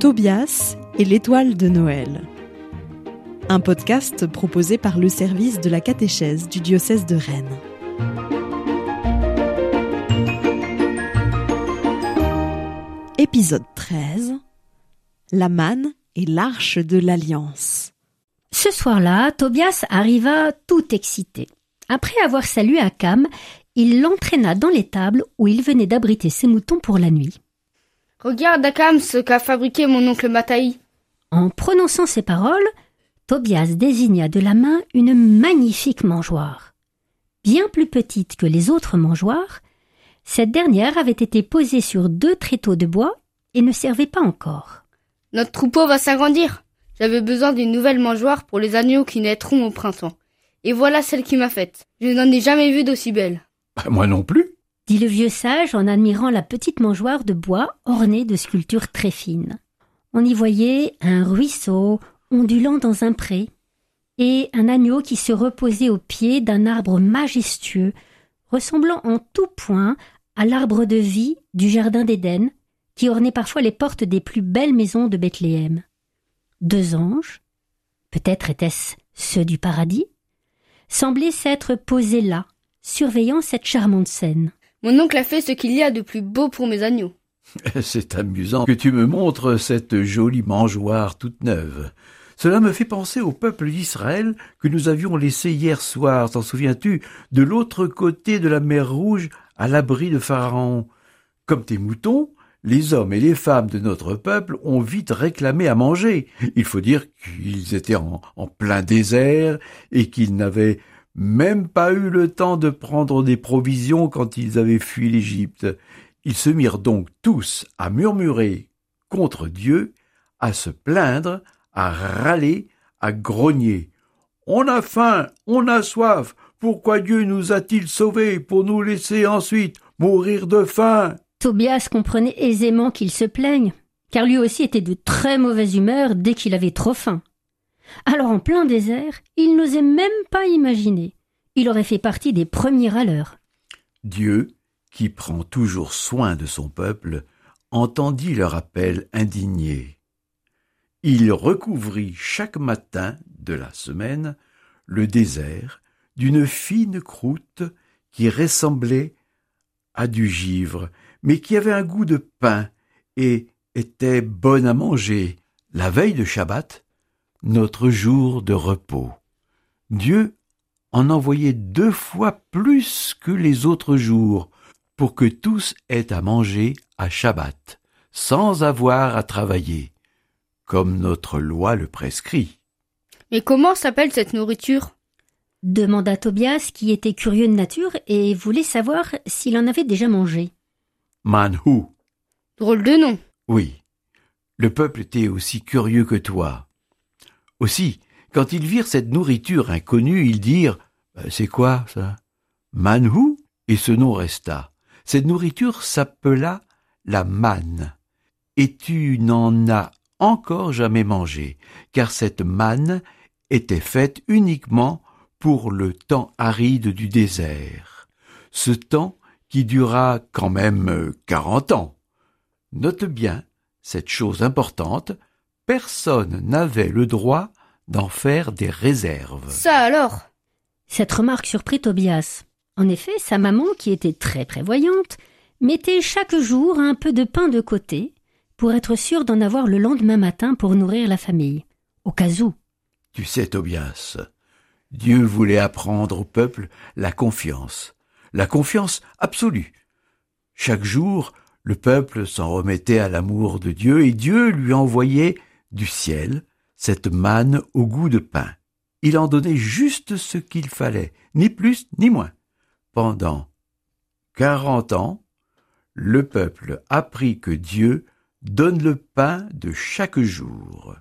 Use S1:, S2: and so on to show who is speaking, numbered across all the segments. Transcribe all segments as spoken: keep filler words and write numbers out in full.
S1: Tobias et l'étoile de Noël. Un podcast proposé par le service de la catéchèse du diocèse de Rennes. Épisode treize. La manne et l'arche de l'Alliance.
S2: Ce soir-là, Tobias arriva tout excité. Après avoir salué Akam, il l'entraîna dans l'étable où il venait d'abriter ses moutons pour la nuit.
S3: « Regarde, Akam, ce qu'a fabriqué mon oncle Mataï. »
S2: En prononçant ces paroles, Tobias désigna de la main une magnifique mangeoire. Bien plus petite que les autres mangeoires, cette dernière avait été posée sur deux tréteaux de bois et ne servait pas encore.
S3: « Notre troupeau va s'agrandir. J'avais besoin d'une nouvelle mangeoire pour les agneaux qui naîtront au printemps. Et voilà celle qui m'a faite. Je n'en ai jamais vu d'aussi belle. »
S4: Moi non plus,
S2: dit le vieux sage en admirant la petite mangeoire de bois ornée de sculptures très fines. On y voyait un ruisseau ondulant dans un pré et un agneau qui se reposait au pied d'un arbre majestueux, ressemblant en tout point à l'arbre de vie du jardin d'Éden, qui ornait parfois les portes des plus belles maisons de Bethléem. Deux anges, peut-être étaient-ce ceux du paradis, semblaient s'être posés là, surveillant cette charmante scène.
S3: Mon oncle a fait ce qu'il y a de plus beau pour mes agneaux.
S4: C'est amusant que tu me montres cette jolie mangeoire toute neuve. Cela me fait penser au peuple d'Israël que nous avions laissé hier soir, t'en souviens-tu, de l'autre côté de la mer Rouge, à l'abri de Pharaon. Comme tes moutons, les hommes et les femmes de notre peuple ont vite réclamé à manger. Il faut dire qu'ils étaient en, en plein désert et qu'ils n'avaient même pas eu le temps de prendre des provisions quand ils avaient fui l'Égypte. Ils se mirent donc tous à murmurer contre Dieu, à se plaindre, à râler, à grogner. « On a faim, on a soif, pourquoi Dieu nous a-t-il sauvés pour nous laisser ensuite mourir de faim ?»
S2: Tobias comprenait aisément qu'il se plaigne, car lui aussi était de très mauvaise humeur dès qu'il avait trop faim. Alors en plein désert, il n'osait même pas imaginer. Il aurait fait partie des premiers râleurs.
S4: Dieu, qui prend toujours soin de son peuple, entendit leur appel indigné. Il recouvrit chaque matin de la semaine le désert d'une fine croûte qui ressemblait à du givre, mais qui avait un goût de pain et était bonne à manger la veille de Shabbat, notre jour de repos. Dieu en envoyait deux fois plus que les autres jours pour que tous aient à manger à Shabbat, sans avoir à travailler, comme notre loi le prescrit.
S3: « Mais comment s'appelle cette nourriture ?»
S2: demanda Tobias, qui était curieux de nature et voulait savoir s'il en avait déjà mangé.
S4: « Manhu. »
S3: Drôle de nom.
S4: Oui, le peuple était aussi curieux que toi. Aussi, quand ils virent cette nourriture inconnue, ils dirent « C'est quoi, ça ?»« Manhu » et ce nom resta. Cette nourriture s'appela la manne. Et tu n'en as encore jamais mangé, car cette manne était faite uniquement pour le temps aride du désert. Ce temps qui dura quand même quarante ans. Note bien cette chose importante, personne n'avait le droit d'en faire des réserves.
S3: Ça alors ?
S2: Cette remarque surprit Tobias. En effet, sa maman, qui était très prévoyante, mettait chaque jour un peu de pain de côté pour être sûre d'en avoir le lendemain matin pour nourrir la famille, au cas où.
S4: Tu sais, Tobias, Dieu voulait apprendre au peuple la confiance, la confiance absolue. Chaque jour, le peuple s'en remettait à l'amour de Dieu et Dieu lui envoyait du ciel cette manne au goût de pain. Il en donnait juste ce qu'il fallait, ni plus ni moins. Pendant quarante ans, le peuple apprit que Dieu donne le pain de chaque jour.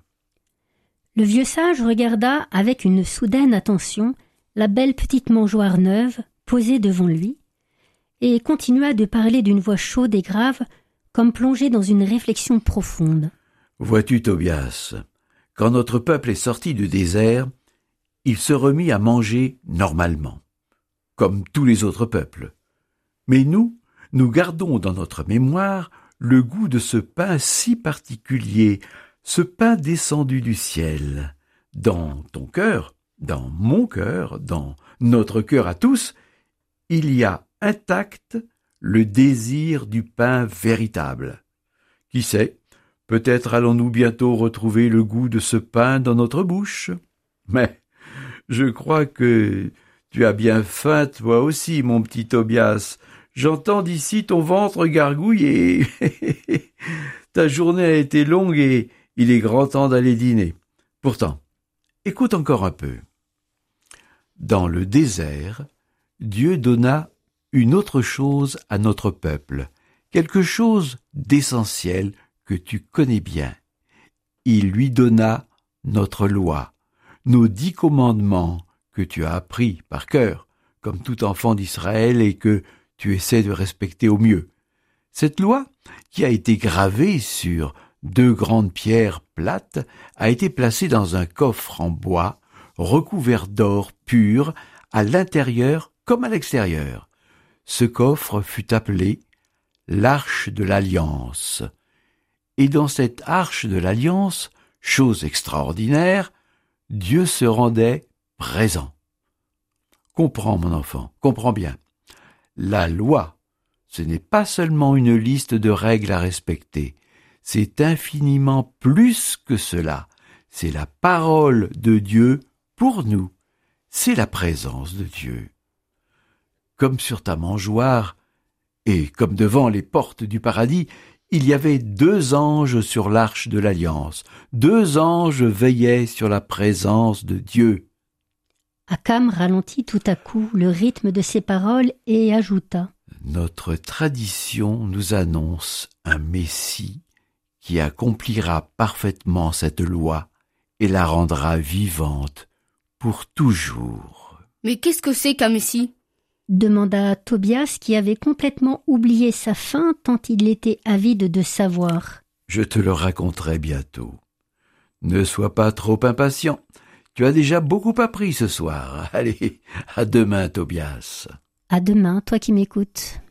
S2: Le vieux sage regarda avec une soudaine attention la belle petite mangeoire neuve posée devant lui et continua de parler d'une voix chaude et grave, comme plongé dans une réflexion profonde.
S4: « Vois-tu, Tobias, quand notre peuple est sorti du désert, il se remit à manger normalement, comme tous les autres peuples. Mais nous, nous gardons dans notre mémoire le goût de ce pain si particulier, ce pain descendu du ciel. Dans ton cœur, dans mon cœur, dans notre cœur à tous, il y a intact le désir du pain véritable. Qui sait, peut-être allons-nous bientôt retrouver le goût de ce pain dans notre bouche. Mais je crois que tu as bien faim toi aussi, mon petit Tobias. J'entends d'ici ton ventre gargouiller. Ta journée a été longue et il est grand temps d'aller dîner. Pourtant, écoute encore un peu. Dans le désert, Dieu donna une autre chose à notre peuple, quelque chose d'essentiel que tu connais bien. Il lui donna notre loi, nos dix commandements que tu as appris par cœur, comme tout enfant d'Israël et que tu essaies de respecter au mieux. Cette loi, qui a été gravée sur deux grandes pierres plates, a été placée dans un coffre en bois, recouvert d'or pur, à l'intérieur comme à l'extérieur. Ce coffre fut appelé l'Arche de l'Alliance. Et dans cette Arche de l'Alliance, chose extraordinaire, Dieu se rendait présent. Comprends, mon enfant, comprends bien. La loi, ce n'est pas seulement une liste de règles à respecter, c'est infiniment plus que cela. C'est la parole de Dieu pour nous, c'est la présence de Dieu. Comme sur ta mangeoire, et comme devant les portes du paradis, il y avait deux anges sur l'arche de l'Alliance. Deux anges veillaient sur la présence de Dieu.
S2: Akam ralentit tout à coup le rythme de ses paroles et ajouta «
S4: Notre tradition nous annonce un Messie qui accomplira parfaitement cette loi et la rendra vivante pour toujours. »
S3: Mais qu'est-ce que c'est qu'un Messie ?
S2: demanda Tobias qui avait complètement oublié sa faim tant il était avide de savoir.
S4: Je te le raconterai bientôt. Ne sois pas trop impatient. Tu as déjà beaucoup appris ce soir. Allez, à demain, Tobias.
S2: À demain, toi qui m'écoutes.